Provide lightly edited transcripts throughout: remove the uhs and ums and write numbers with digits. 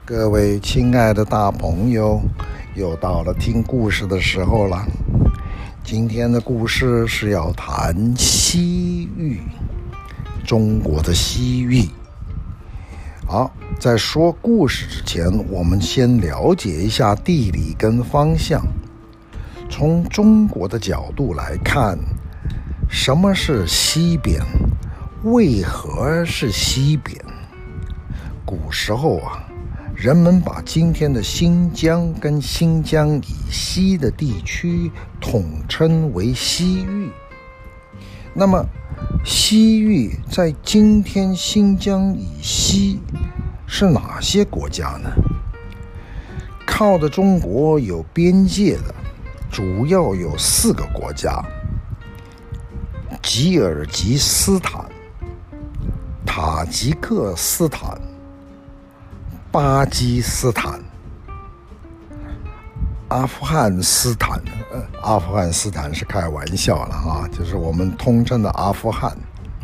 各位亲爱的大朋友，又到了听故事的时候了。今天的故事是要谈西域，中国的西域。好，在说故事之前，我们先了解一下地理跟方向。从中国的角度来看，什么是西边？为何是西边？古时候人们把今天的新疆跟新疆以西的地区统称为西域。那么西域在今天新疆以西是哪些国家呢？靠着中国有边界的主要有4个国家：吉尔吉斯坦、塔吉克斯坦、巴基斯坦、阿富汗斯坦。阿富汗斯坦是开玩笑了就是我们通称的阿富汗。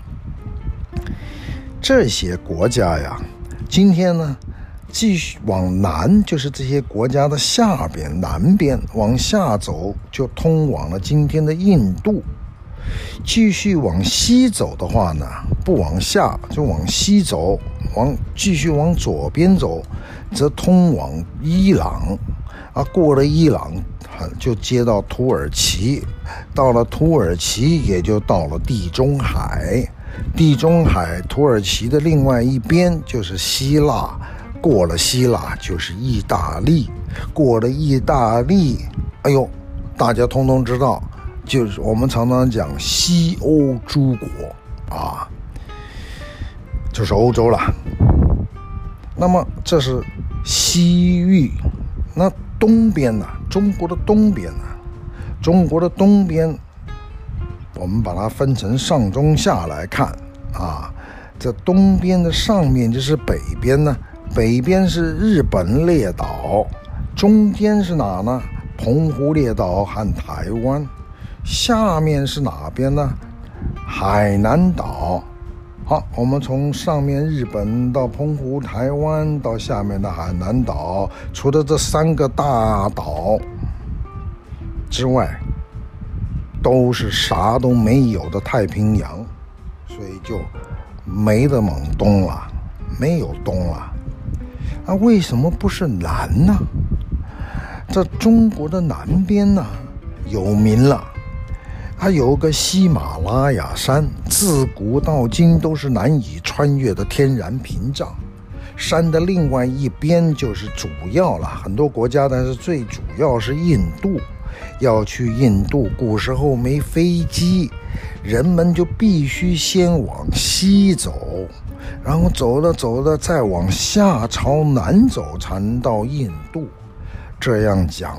这些国家今天呢继续往南，就是这些国家的下边南边往下走，就通往了今天的印度。继续往西走的话呢，不往下就往西走，继续往左边走，则通往伊朗过了伊朗就接到土耳其，到了土耳其也就到了地中海。地中海土耳其的另外一边就是希腊，过了希腊就是意大利，过了意大利，大家通通知道，就是我们常常讲西欧诸国就是欧洲了。那么这是西域。那东边呢？中国的东边呢？中国的东边，我们把它分成上中下来看这东边的上面就是北边呢，北边是日本列岛，中间是哪呢？澎湖列岛和台湾。下面是哪边呢？海南岛。好，我们从上面日本到澎湖、台湾，到下面的海南岛，除了这3个大岛之外，都是啥都没有的太平洋，所以就没得往东了，没有东了。为什么不是南呢？这中国的南边呢，有名了。它有个喜马拉雅山，自古到今都是难以穿越的天然屏障。山的另外一边就是主要了很多国家，但是最主要是印度。要去印度，古时候没飞机，人们就必须先往西走，然后走了再往下朝南走，才能到印度。这样讲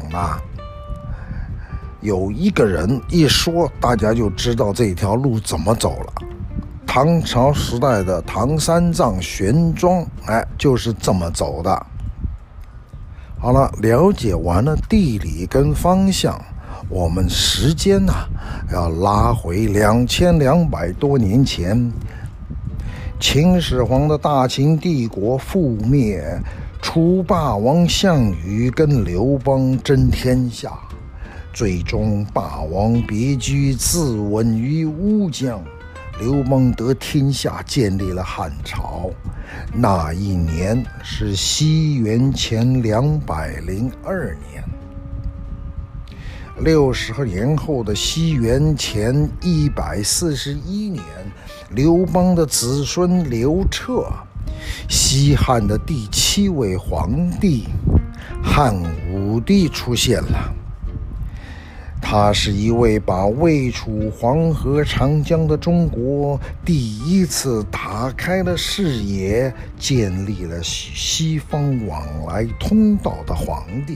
有一个人一说，大家就知道这条路怎么走了。唐朝时代的唐三藏玄奘就是这么走的。好了，了解完了地理跟方向，我们时间要拉回2200多年前。秦始皇的大秦帝国覆灭，楚霸王项羽跟刘邦争天下，最终霸王别居，自刎于乌江。刘邦得天下，建立了汉朝。那一年是西元前202年。60年后的西元前141年，刘邦的子孙刘彻，西汉的第7位皇帝汉武帝出现了。他是一位把魏楚黄河长江的中国第一次打开了视野，建立了西方往来通道的皇帝。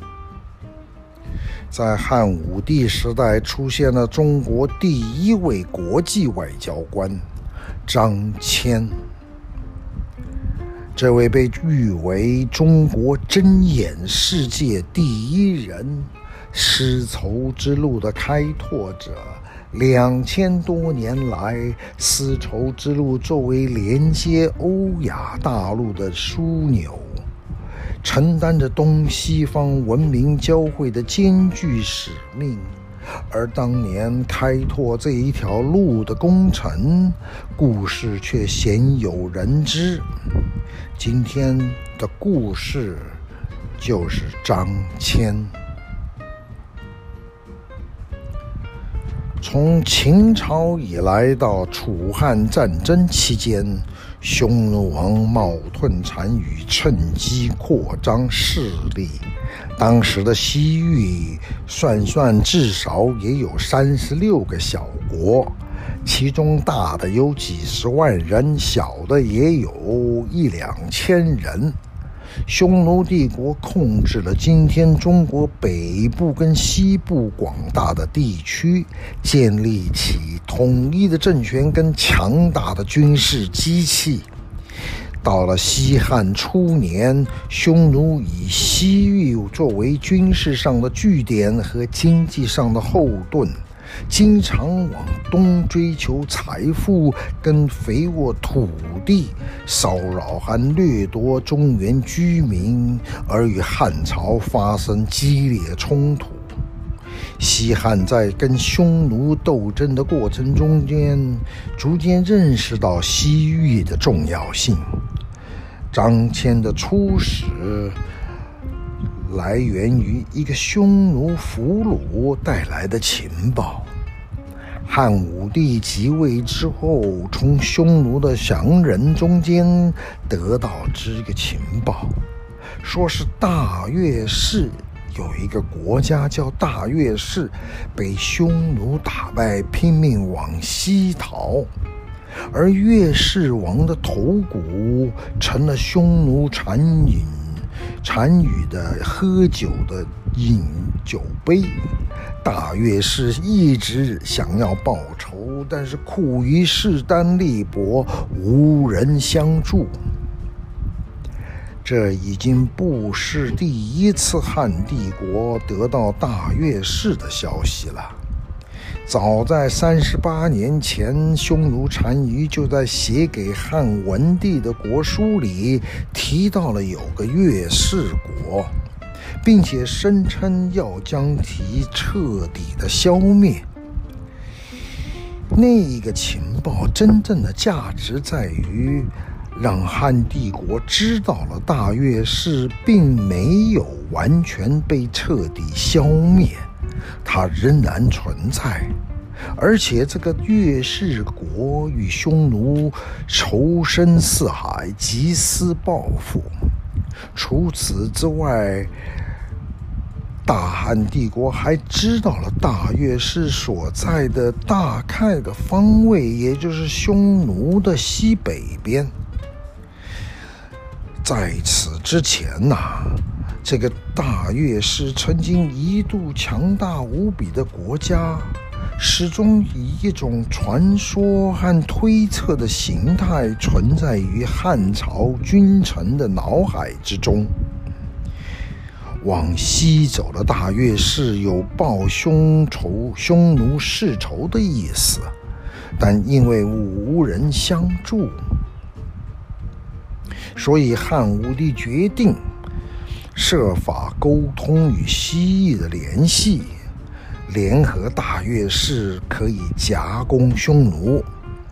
在汉武帝时代出现了中国第1位国际外交官张骞。这位被誉为中国睁眼世界第1人，丝绸之路的开拓者，2000多年来，丝绸之路作为连接欧亚大陆的枢纽， 承担着东西方文明交汇的艰巨使命。而当年开拓这一条路的功臣，故事却鲜有人知。今天的故事就是张骞。从秦朝以来到楚汉战争期间，匈奴王冒顿单于趁机扩张势力。当时的西域算至少也有36个小国，其中大的有几十万人，小的也有1-2千人。匈奴帝国控制了今天中国北部跟西部广大的地区，建立起统一的政权跟强大的军事机器。到了西汉初年，匈奴以西域作为军事上的据点和经济上的后盾，经常往东追求财富跟肥沃土地，骚扰和掠夺中原居民，而与汉朝发生激烈冲突。西汉在跟匈奴斗争的过程中间，逐渐认识到西域的重要性。张骞的出使来源于一个匈奴俘虏带来的情报。汉武帝即位之后，从匈奴的降人中间得到这个情报，说是大月氏有一个国家叫大月氏，被匈奴打败，拼命往西逃。而月氏王的头骨成了匈奴单于的喝酒的饮酒杯。大月氏一直想要报仇，但是苦于势单力薄，无人相助。这已经不是第一次汉帝国得到大月氏的消息了。早在38年前，匈奴单于就在写给汉文帝的国书里提到了有个月氏国，并且声称要将其彻底的消灭。那个情报真正的价值在于让汉帝国知道了大月氏并没有完全被彻底消灭，它仍然存在，而且这个月氏国与匈奴仇深似海，集思报复。除此之外，大汉帝国还知道了大月氏所在的大概的方位，也就是匈奴的西北边。在此之前这个大月氏曾经一度强大无比的国家，始终以一种传说和推测的形态存在于汉朝君臣的脑海之中。往西走的大月氏有报匈奴世仇的意思，但因为无人相助，所以汉武帝决定设法沟通与西域的联系，联合大月氏可以夹攻匈奴。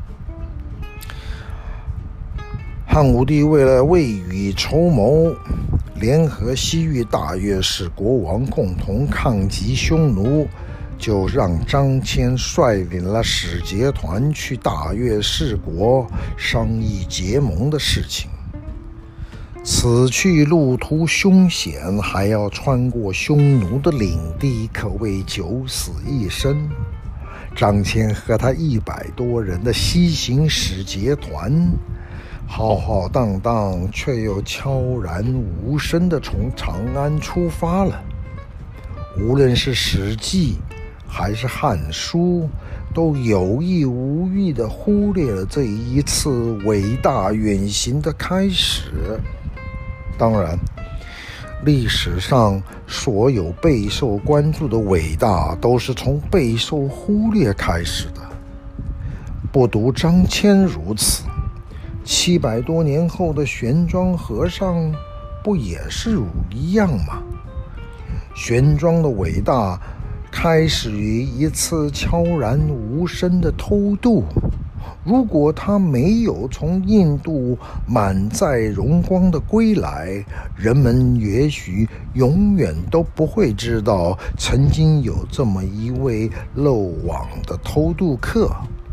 汉武帝为了未雨绸缪，联合西域大月氏国王共同抗击匈奴，就让张骞率领了使节团去大月氏国商议结盟的事情。此去路途凶险，还要穿过匈奴的领地，可谓九死一生。张骞和他100多人的西行使节团浩浩荡荡，却又悄然无声地从长安出发了。无论是《史记》还是《汉书》，都有意无意地忽略了这一次伟大远行的开始。当然，历史上所有备受关注的伟大，都是从备受忽略开始的。不独张骞如此，700多年后的玄奘和尚不也是一样吗？玄奘的伟大开始于一次悄然无声的偷渡。如果他没有从印度满载荣光的归来，人们也许永远都不会知道曾经有这么一位漏网的偷渡客。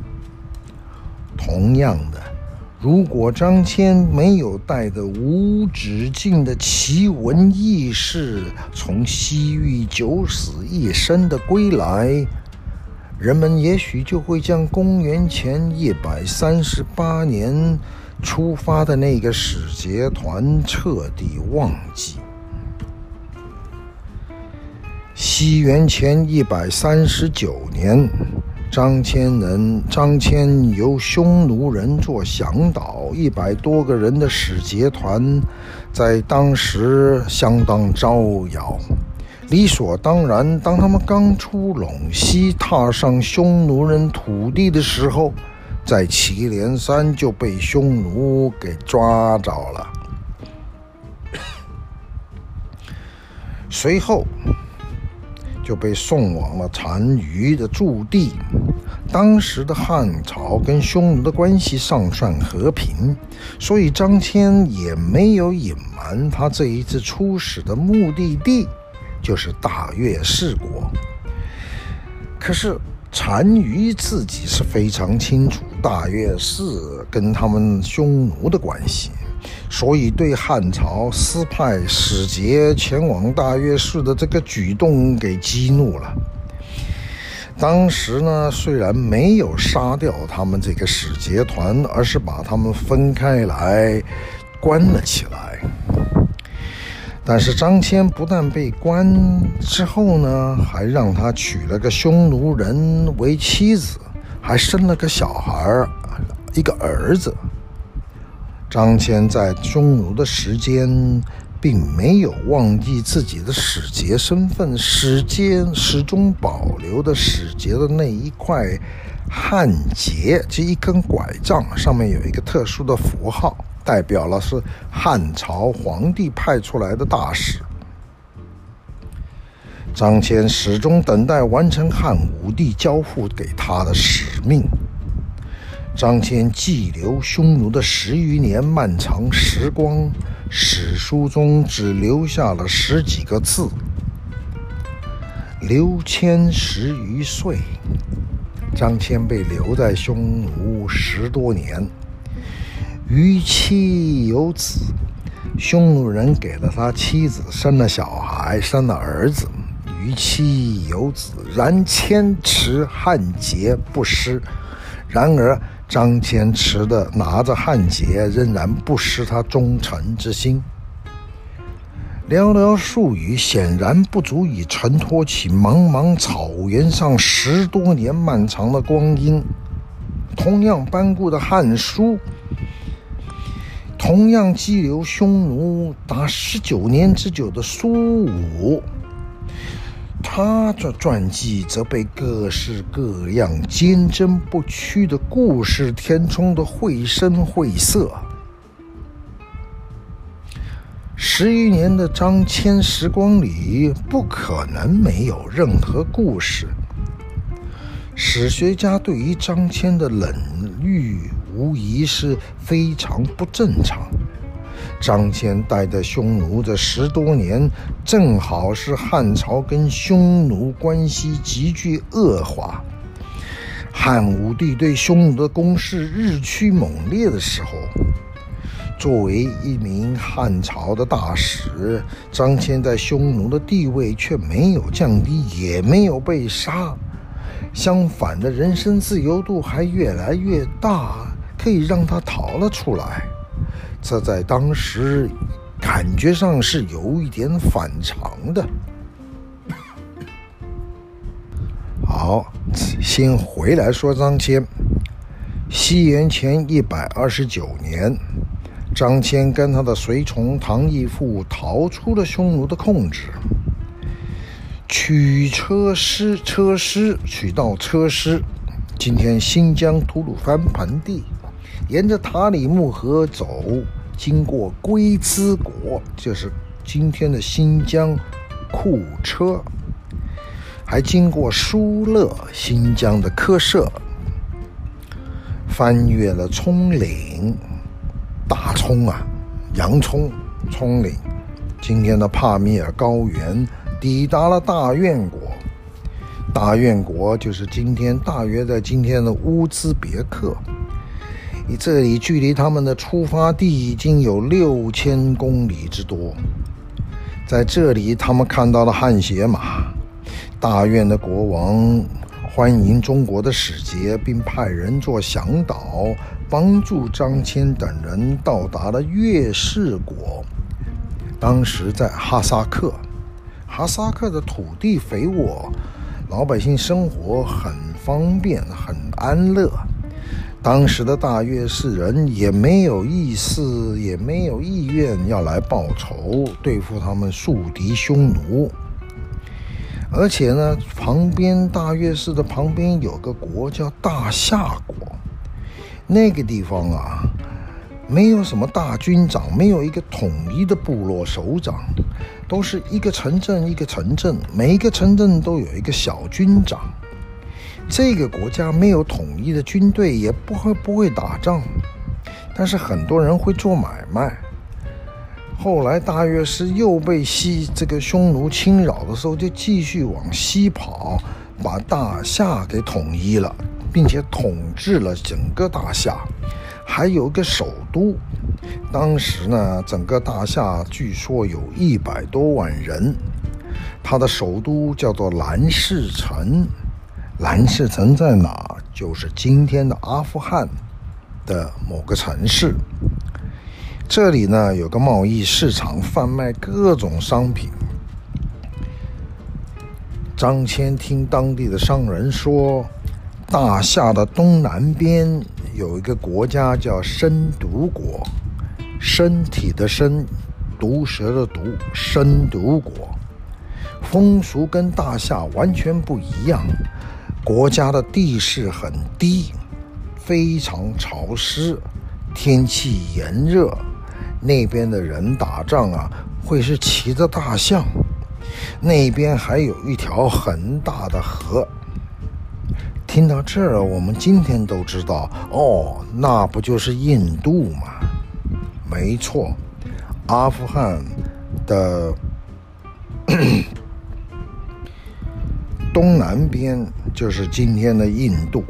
同样的，如果张骞没有带着无止境的奇闻异事从西域九死一生的归来，人们也许就会将公元前138年出发的那个使节团彻底忘记。西元前139年，张骞由匈奴人做向导，100多个人的使节团在当时相当招摇。理所当然，当他们刚出陇西踏上匈奴人土地的时候，在祁连山就被匈奴给抓着了。随后就被送往了单于的驻地。当时的汉朝跟匈奴的关系尚算和平，所以张骞也没有隐瞒他这一次出使的目的地就是大月氏国。可是单于自己是非常清楚大月氏跟他们匈奴的关系，所以对汉朝私派使节前往大月氏的这个举动给激怒了。当时呢，虽然没有杀掉他们这个使节团，而是把他们分开来关了起来。但是张骞不但被关之后呢，还让他娶了个匈奴人为妻子，还生了个小孩，一个儿子。张骞在匈奴的时间并没有忘记自己的使节身份，始终保留的使节的那一块汉节，这一根拐杖上面有一个特殊的符号，代表了是汉朝皇帝派出来的大使。张骞始终等待完成汉武帝交付给他的使命。张骞寄留匈奴的10余年漫长时光，史书中只留下了10几个字：留谦10余岁。张骞被留在匈奴10多年，于妻有子，匈奴人给了他妻子，生了小孩，生了儿子，于妻有子，然谦持汉节不失。然而张骞拿着汉节，仍然不失他忠诚之心。寥寥数语显然不足以衬托起茫茫草原上10多年漫长的光阴。同样班固的《汉书》，同样羁留匈奴达19年之久的苏武，他的传记则被各式各样坚贞不屈的故事填充的绘声绘色。10余年的张骞时光里，不可能没有任何故事。史学家对于张骞的冷遇无疑是非常不正常。张骞待在匈奴这10多年，正好是汉朝跟匈奴关系急剧恶化，汉武帝对匈奴的攻势日趋猛烈的时候。作为一名汉朝的大使，张骞在匈奴的地位却没有降低，也没有被杀，相反的，人身自由度还越来越大，可以让他逃了出来。这在当时感觉上是有一点反常的。好，先回来说张骞。西元前129年，张骞跟他的随从唐义父逃出了匈奴的控制，取到车师，今天新疆吐鲁番盆地，沿着塔里木河走， 经过龟兹国，就是今天的新疆库车，还经过疏勒，新疆的科舍，翻越了葱岭，大葱啊，洋葱，葱岭，今天的帕米尔高原，抵达了大院国。大院国就是大约在今天的乌兹别克，这里距离他们的出发地已经有6000公里之多。在这里他们看到了汗血马，大院的国王欢迎中国的使节，并派人做向导，帮助张骞等人到达了月氏国。当时在哈萨克的土地肥沃，老百姓生活很方便，很安乐。当时的大月氏人也没有意愿要来报仇，对付他们宿敌匈奴。而且呢，大月氏的旁边有个国叫大夏国，那个地方啊，没有什么大军长，没有一个统一的部落首长，都是一个城镇一个城镇，每一个城镇都有一个小军长。这个国家没有统一的军队，也不会打仗，但是很多人会做买卖。后来大月氏又被这个匈奴侵扰的时候，就继续往西跑，把大夏给统一了，并且统治了整个大夏，还有一个首都。当时呢，整个大夏据说有100多万人，它的首都叫做兰氏城。兰氏城在哪？就是今天的阿富汗的某个城市。这里呢，有个贸易市场，贩卖各种商品。张骞听当地的商人说，大夏的东南边有一个国家叫申毒国，身体的身，毒蛇的毒，申毒国。风俗跟大夏完全不一样，国家的地势很低，非常潮湿，天气炎热。那边的人打仗啊，会是骑着大象。那边还有一条很大的河。听到这儿，我们今天都知道，那不就是印度吗？没错，阿富汗的东南边就是今天的印度。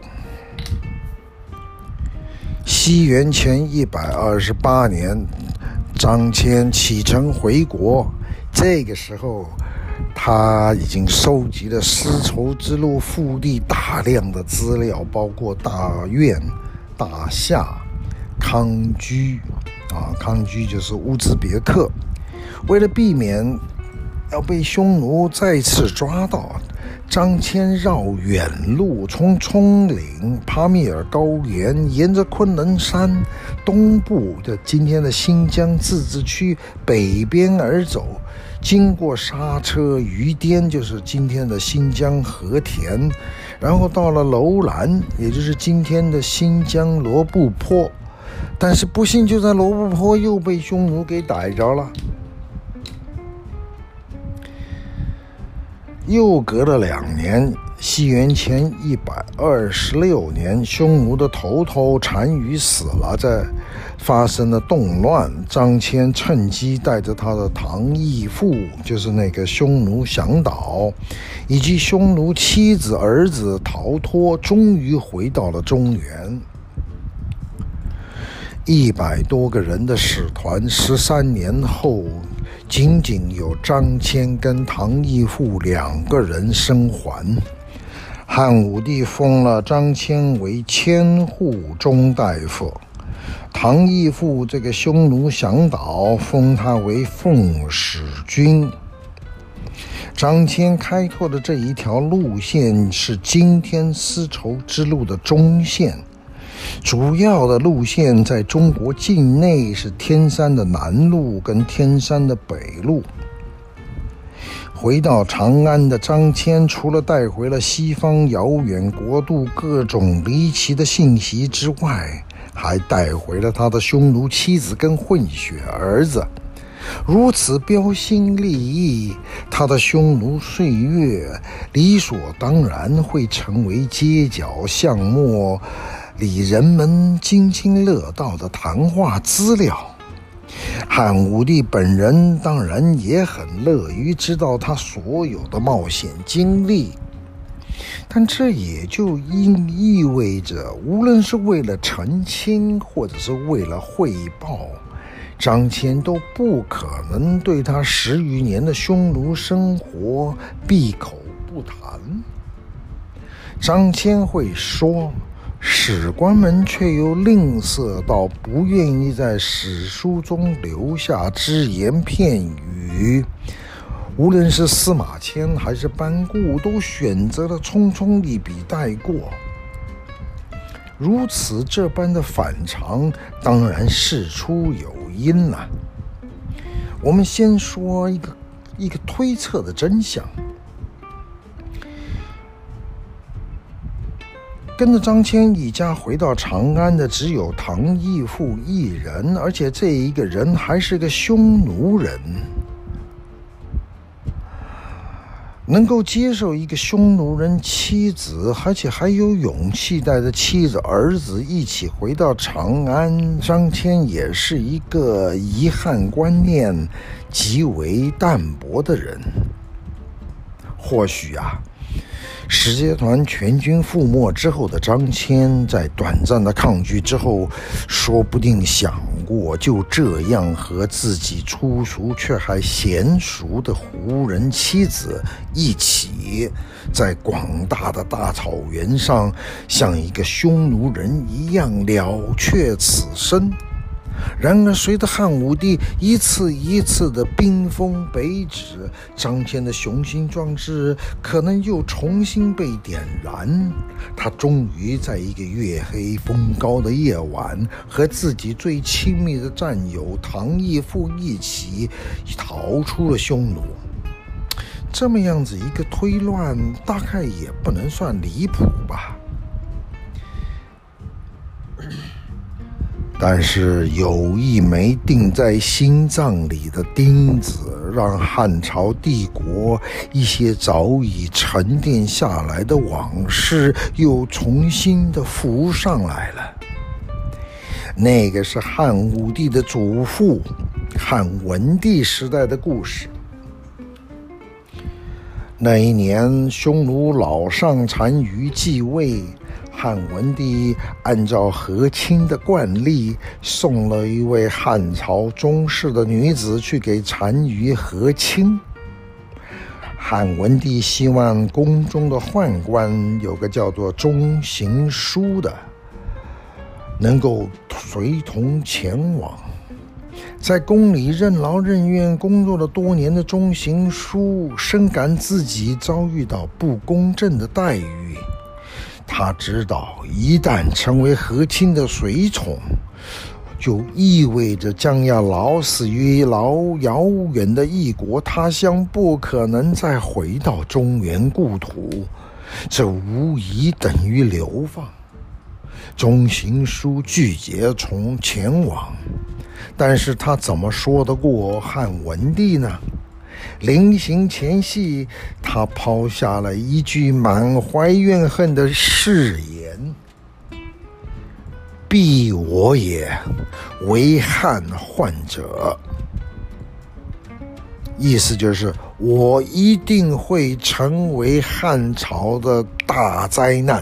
西元前128年，张骞启程回国。这个时候，他已经收集了丝绸之路腹地大量的资料，包括大院、大夏、康居康居就是乌兹别克。为了避免要被匈奴再次抓到，张骞绕远路，从葱岭、帕米尔高原，沿着昆仑山东部的今天的新疆自治区北边而走，经过莎车、于滇，就是今天的新疆和田，然后到了楼兰，也就是今天的新疆罗布泊。但是不幸就在罗布泊又被匈奴给逮着了。又隔了2年，西元前126年，匈奴的头单于死了，在发生了动乱。张骞趁机带着他的唐义父，就是那个匈奴向导，以及匈奴妻子儿子逃脱，终于回到了中原。100多个人的使团，13年后，仅仅有张骞跟唐义父2个人生还。汉武帝封了张骞为千户中大夫，唐义父这个匈奴向导封他为奉使君。张骞开拓的这一条路线是今天丝绸之路的中线，主要的路线在中国境内是天山的南路跟天山的北路。回到长安的张骞，除了带回了西方遥远国度各种离奇的信息之外， 还带回了他的匈奴妻子跟混血儿子。如此标新立异，他的匈奴岁月理所当然会成为街角巷陌里人们津津乐道的谈话资料。汉武帝本人当然也很乐于知道他所有的冒险经历，但这也就意味着，无论是为了澄清，或者是为了汇报，张骞都不可能对他10余年的匈奴生活闭口不谈。张骞会说，史官们却又吝啬到不愿意在史书中留下只言片语。无论是司马迁还是班固，都选择了匆匆一笔带过。如此这般的反常，当然事出有因了。我们先说一个推测的真相。跟着张骞一家回到长安的只有唐义父一人，而且这一个人还是个匈奴人。能够接受一个匈奴人妻子，而且还有勇气带着妻子儿子一起回到长安，张骞也是一个遗憾观念极为淡薄的人。或许使节团全军覆没之后的张骞，在短暂的抗拒之后，说不定想过就这样和自己粗俗却还娴熟的胡人妻子一起，在广大的大草原上，像一个匈奴人一样了却此生。然而随着汉武帝一次一次的兵锋北指，张骞的雄心壮志可能又重新被点燃。他终于在一个月黑风高的夜晚，和自己最亲密的战友唐义父一起逃出了匈奴。这么样子一个推断，大概也不能算离谱吧。但是有一枚钉在心脏里的钉子，让汉朝帝国一些早已沉淀下来的往事又重新的浮上来了。那个是汉武帝的祖父汉文帝时代的故事。那一年，匈奴老上单于继位，汉文帝按照和亲的惯例，送了一位汉朝宗室的女子去给单于和亲。汉文帝希望宫中的宦官有个叫做中行书的，能够随同前往。在宫里任劳任怨工作了多年的中行书，深感自己遭遇到不公正的待遇。他知道，一旦成为和亲的随从，就意味着将要老死于遥远的异国他乡，不可能再回到中原故土，这无疑等于流放。中行书拒绝前往，但是他怎么说得过汉文帝呢？临行前夕，他抛下了一句满怀怨恨的誓言：必我也，为汉患者。意思就是我一定会成为汉朝的大灾难。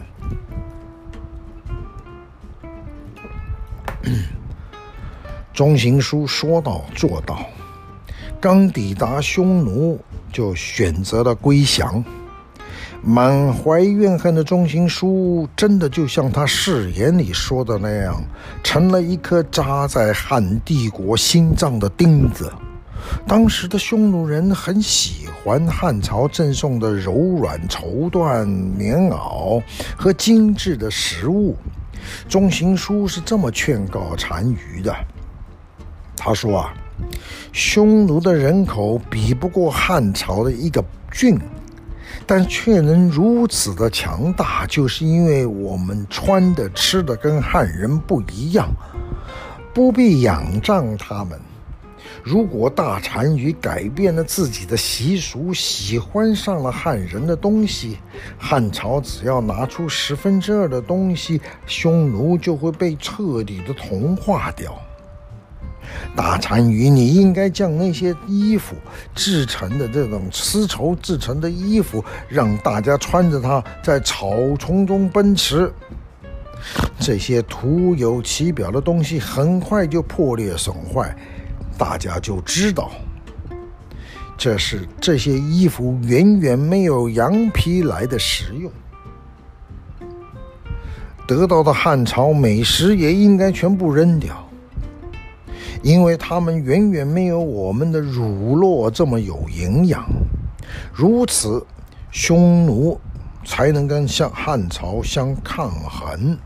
中行书说到做到，刚抵达匈奴就选择了归降。满怀怨恨的中行书真的就像他誓言里说的那样，成了一颗扎在汉帝国心脏的钉子。当时的匈奴人很喜欢汉朝赠送的柔软绸缎、棉袄和精致的食物。中行书是这么劝告单于的，他说匈奴的人口比不过汉朝的一个郡， 但却能如此的强大，就是因为我们穿的吃的跟汉人不一样，不必仰仗他们。如果大单于改变了自己的习俗，喜欢上了汉人的东西，汉朝只要拿出2/10的东西，匈奴就会被彻底的同化掉。大单于，你应该将那些衣服制成的这种丝绸制成的衣服，让大家穿着它在草丛中奔驰。这些徒有其表的东西很快就破裂损坏，大家就知道这些衣服远远没有羊皮来的实用。得到的汉朝美食也应该全部扔掉，因为他们远远没有我们的乳酪这么有营养。如此，匈奴才能跟汉朝相抗衡。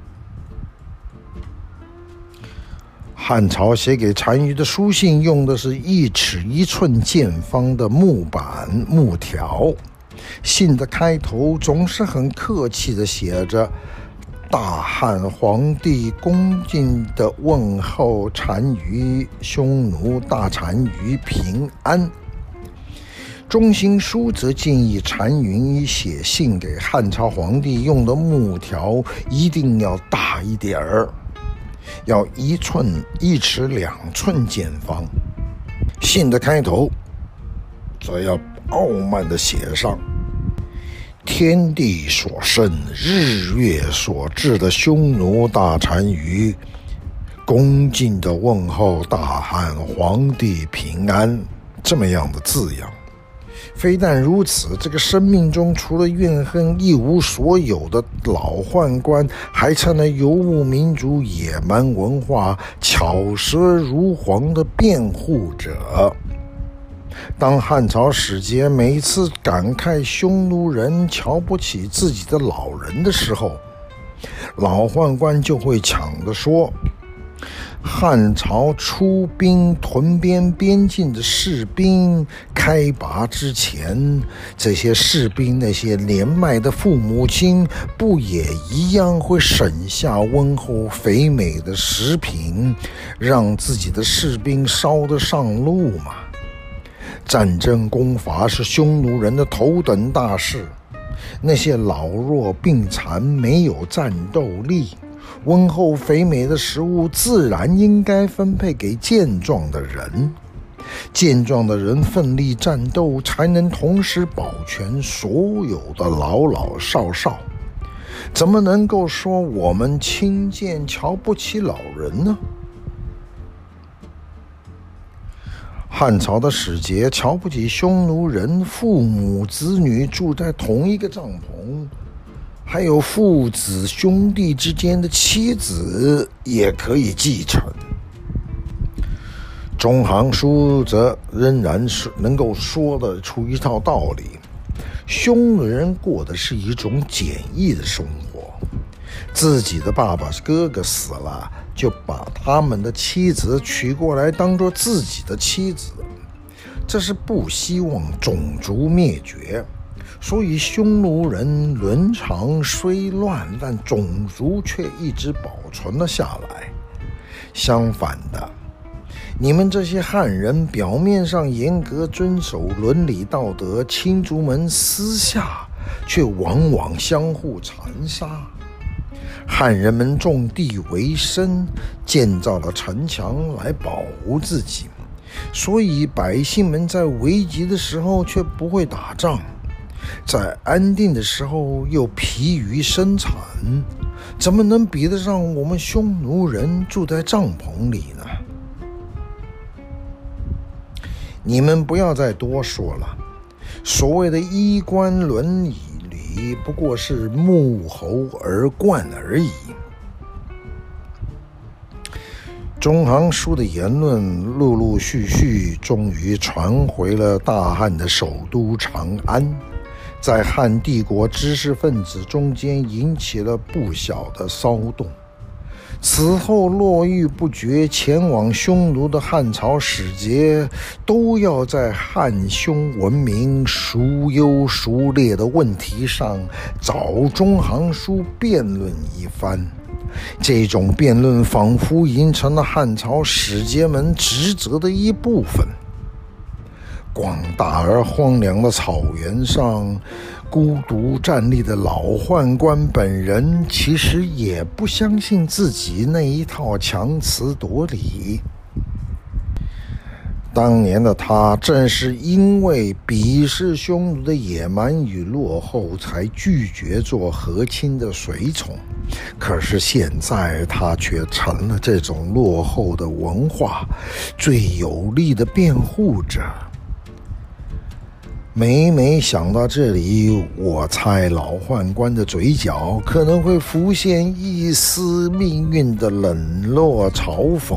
汉朝写给单于的书信用的是1尺1寸见方的木条，信的开头总是很客气地写着大汉皇帝恭敬地问候单于匈奴大单于平安。中行书则建议单于写信给汉朝皇帝用的木条一定要大一点儿，要1尺2寸见方。信的开头则要傲慢地写上天地所生，日月所至的匈奴大单于恭敬地问候大汉皇帝平安，这么样的字样。非但如此，这个生命中除了怨恨一无所有的老宦官，还成了游牧民族野蛮文化巧舌如簧的辩护者。当汉朝使节每次感慨匈奴人瞧不起自己的老人的时候，老宦官就会抢着说，汉朝出兵屯边境的士兵开拔之前，这些士兵那些年迈的父母亲不也一样会省下温厚肥美的食品，让自己的士兵烧得上路吗？战争攻伐是匈奴人的头等大事，那些老弱病残没有战斗力，温厚肥美的食物自然应该分配给健壮的人，健壮的人奋力战斗，才能同时保全所有的老老少少。怎么能够说我们轻贱瞧不起老人呢？汉朝的使节瞧不起匈奴人父母子女住在同一个帐篷，还有父子兄弟之间的妻子也可以继承。中行书则仍然是能够说得出一套道理，匈奴人过的是一种简易的生活，自己的爸爸哥哥死了，就把他们的妻子娶过来当做自己的妻子，这是不希望种族灭绝。所以匈奴人伦常虽乱，但种族却一直保存了下来。相反的，你们这些汉人表面上严格遵守伦理道德，亲族们私下却往往相互残杀。汉人们种地为生，建造了城墙来保护自己，所以百姓们在危急的时候却不会打仗，在安定的时候又疲于生产，怎么能比得上我们匈奴人住在帐篷里呢？你们不要再多说了，所谓的衣冠伦理不过是沐猴而冠而已。中行书的言论陆陆续续终于传回了大汉的首都长安，在汉帝国知识分子中间引起了不小的骚动。 此后络绎不绝前往匈奴的汉朝使节，都要在汉匈文明孰优孰劣的问题上找中行书辩论一番。这种辩论仿佛已经成了汉朝使节们职责的一部分。广大而荒凉的草原上，孤独站立的老宦官本人其实也不相信自己那一套强词夺理。当年的他正是因为鄙视匈奴的野蛮与落后，才拒绝做和亲的随从。可是现在他却成了这种落后的文化最有力的辩护者。每想到这里，我猜老宦官的嘴角可能会浮现一丝命运的冷落嘲讽。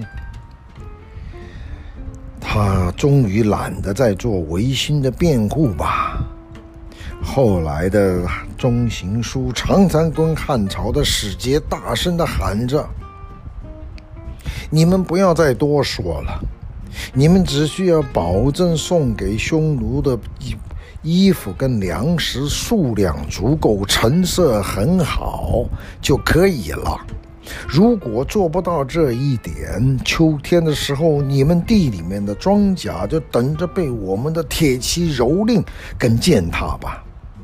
他终于懒得再做违心的辩护吧。后来的中行书常常跟汉朝的使节大声地喊着：你们不要再多说了，你们只需要保证送给匈奴的衣服跟粮食数量足够，成色很好就可以了。如果做不到这一点，秋天的时候你们地里面的庄稼就等着被我们的铁骑蹂躏跟践踏吧。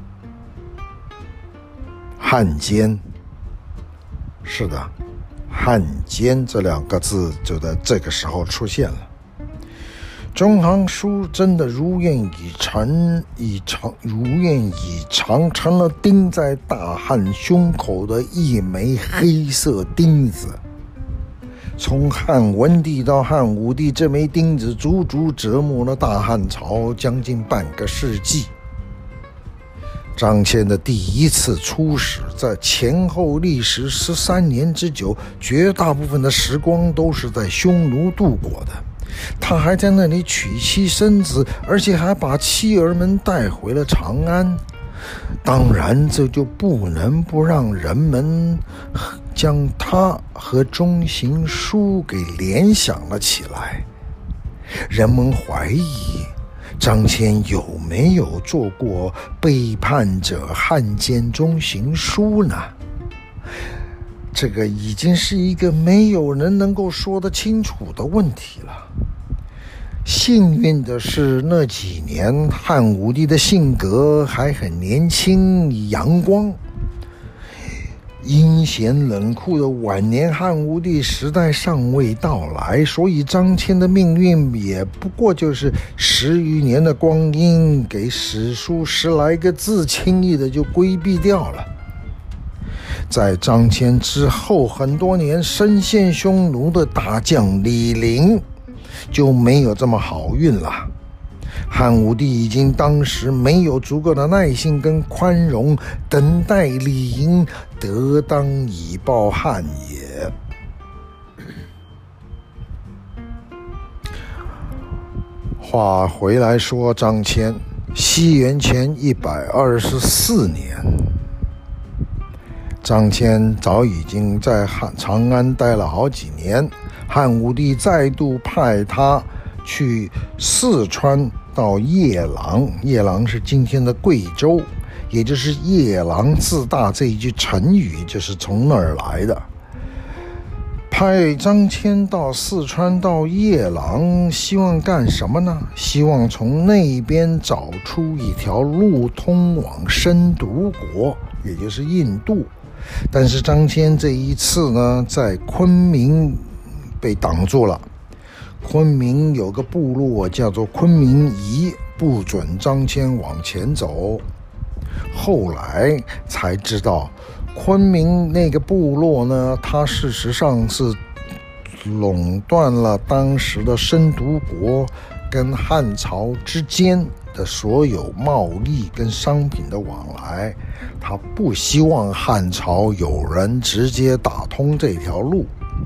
汉奸，是的，汉奸这两个字就在这个时候出现了。中行书真的如愿以偿，成了钉在大汉胸口的一枚黑色钉子。从汉文帝到汉武帝，这枚钉子足足折磨了大汉朝将近半个世纪。张骞的第一次出使，在前后历时13年之久，绝大部分的时光都是在匈奴度过的。他还在那里娶妻生子，而且还把妻儿们带回了长安。当然，这就不能不让人们将他和中行书给联想了起来。人们怀疑张骞有没有做过背叛者汉奸中行书呢？这个已经是一个没有人能够说得清楚的问题了。幸运的是，那几年汉武帝的性格还很年轻阳光。阴险冷酷的晚年汉武帝时代尚未到来，所以张骞的命运也不过就是10余年的光阴，给史书10来个字轻易的就规避掉了。在张骞之后很多年，深陷匈奴的大将李陵就没有这么好运了。汉武帝已经当时没有足够的耐性跟宽容，等待李陵得当以报汉也。话回来说，张骞，西元前124年，张骞早已经在长安待了好几年，汉武帝再度派他去四川到夜郎，夜郎是今天的贵州，也就是夜郎自大这一句成语就是从那儿来的。派张骞到四川到夜郎，希望干什么呢？希望从那边找出一条路通往深毒国，也就是印度。但是张骞这一次呢，在昆明被挡住了。昆明有个部落叫做昆明夷，不准张骞往前走。后来才知道，昆明那个部落呢，它事实上是垄断了当时的深毒国跟汉朝之间的所有贸易跟商品的往来，他不希望汉朝有人直接打通这条路。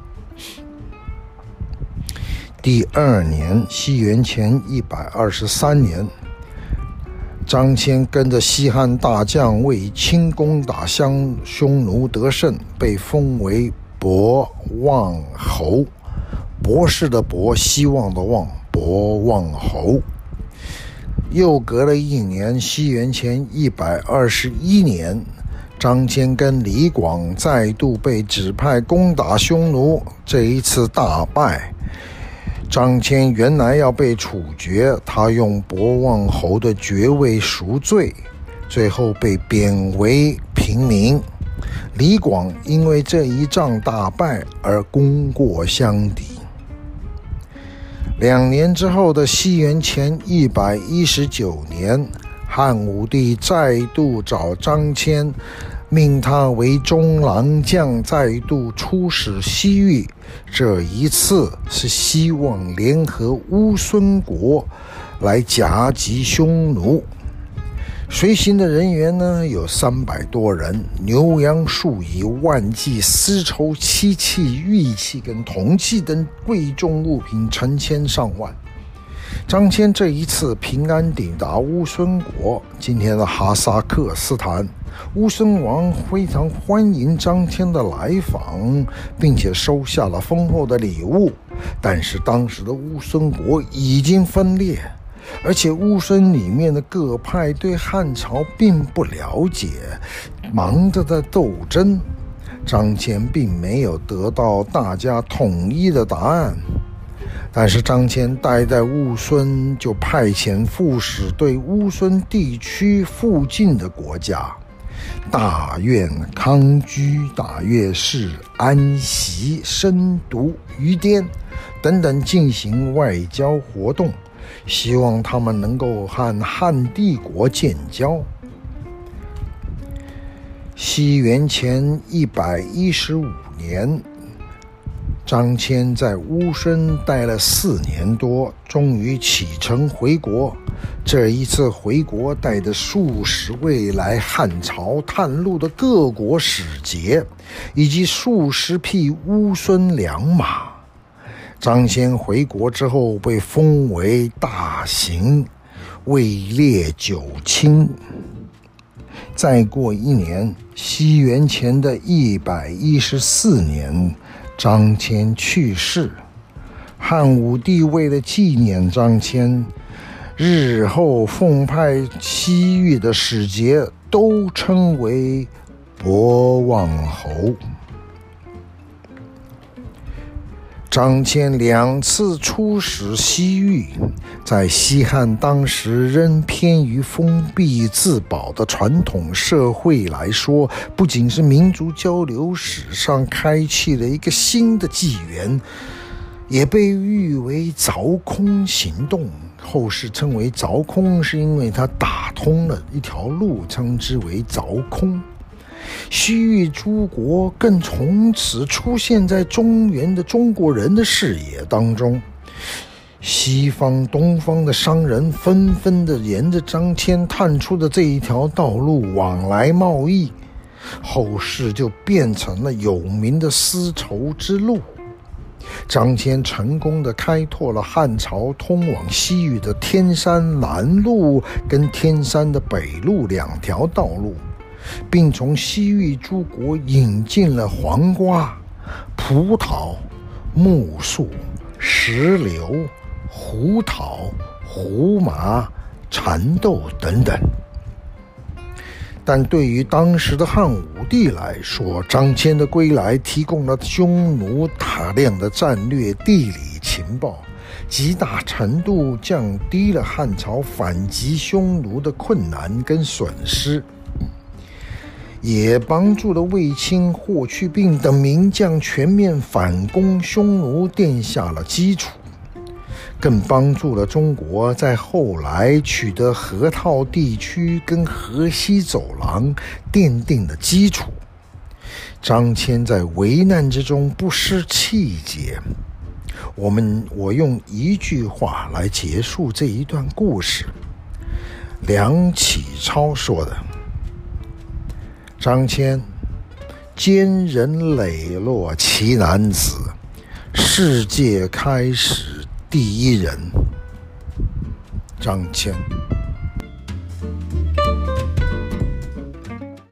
第2年，西元前123年，张骞跟着西汉大将为轻攻打匈奴得胜，被封为博望侯，博士的博，希望的望，博望侯。又隔了1年，西元前121年，张骞跟李广再度被指派攻打匈奴，这一次大败。张骞原来要被处决，他用博望侯的爵位赎罪，最后被贬为平民。李广因为这一仗大败而功过相抵。2年之后的西元前119年，汉武帝再度找张骞，命他为中郎将，再度出使西域。这一次是希望联合乌孙国来夹击匈奴。随行的人员呢有300多人，牛羊数以万计，丝绸、漆器、玉器跟铜器等贵重物品成千上万。张骞这一次平安抵达乌孙国，今天的哈萨克斯坦。乌孙王非常欢迎张骞的来访，并且收下了丰厚的礼物。但是当时的乌孙国已经分裂，而且乌孙里面的各派对汉朝并不了解，忙着在斗争。张骞并没有得到大家统一的答案。但是张骞待在乌孙，就派遣副使对乌孙地区附近的国家大院、康居、大月氏、安息、深毒、于滇等等进行外交活动，希望他们能够和汉帝国建交。西元前115年，张骞在乌孙待了4年多，终于启程回国。这一次回国带着数十位来汉朝探路的各国使节，以及数十匹乌孙良马。张骞回国之后被封为大行，位列9卿。再过1年，西元前的114年，张骞去世。汉武帝为了纪念张骞，日后奉派西域的使节都称为博望侯。张骞2次出使西域，在西汉当时仍偏于封闭自保的传统社会来说，不仅是民族交流史上开启了一个新的纪元，也被誉为凿空行动。后世称为凿空，是因为它打通了一条路，称之为凿空。西域诸国更从此出现在中原的中国人的视野当中。西方、东方的商人纷纷地沿着张骞探出的这一条道路往来贸易，后世就变成了有名的丝绸之路。张骞成功地开拓了汉朝通往西域的天山南路跟天山的北路2条道路，并从西域诸国引进了黄瓜、葡萄、木树、石榴、胡桃、胡麻、蚕豆等等。但对于当时的汉武帝来说，张骞的归来提供了匈奴大量的战略地理情报，极大程度降低了汉朝反击匈奴的困难跟损失，也帮助了卫青、霍去病等名将全面反攻匈奴奠下了基础，更帮助了中国在后来取得河套地区跟河西走廊奠定的基础。张骞在危难之中不失气节。我用一句话来结束这一段故事。梁启超说的：张骞，奸人磊落奇男子，世界开始第一人。张骞。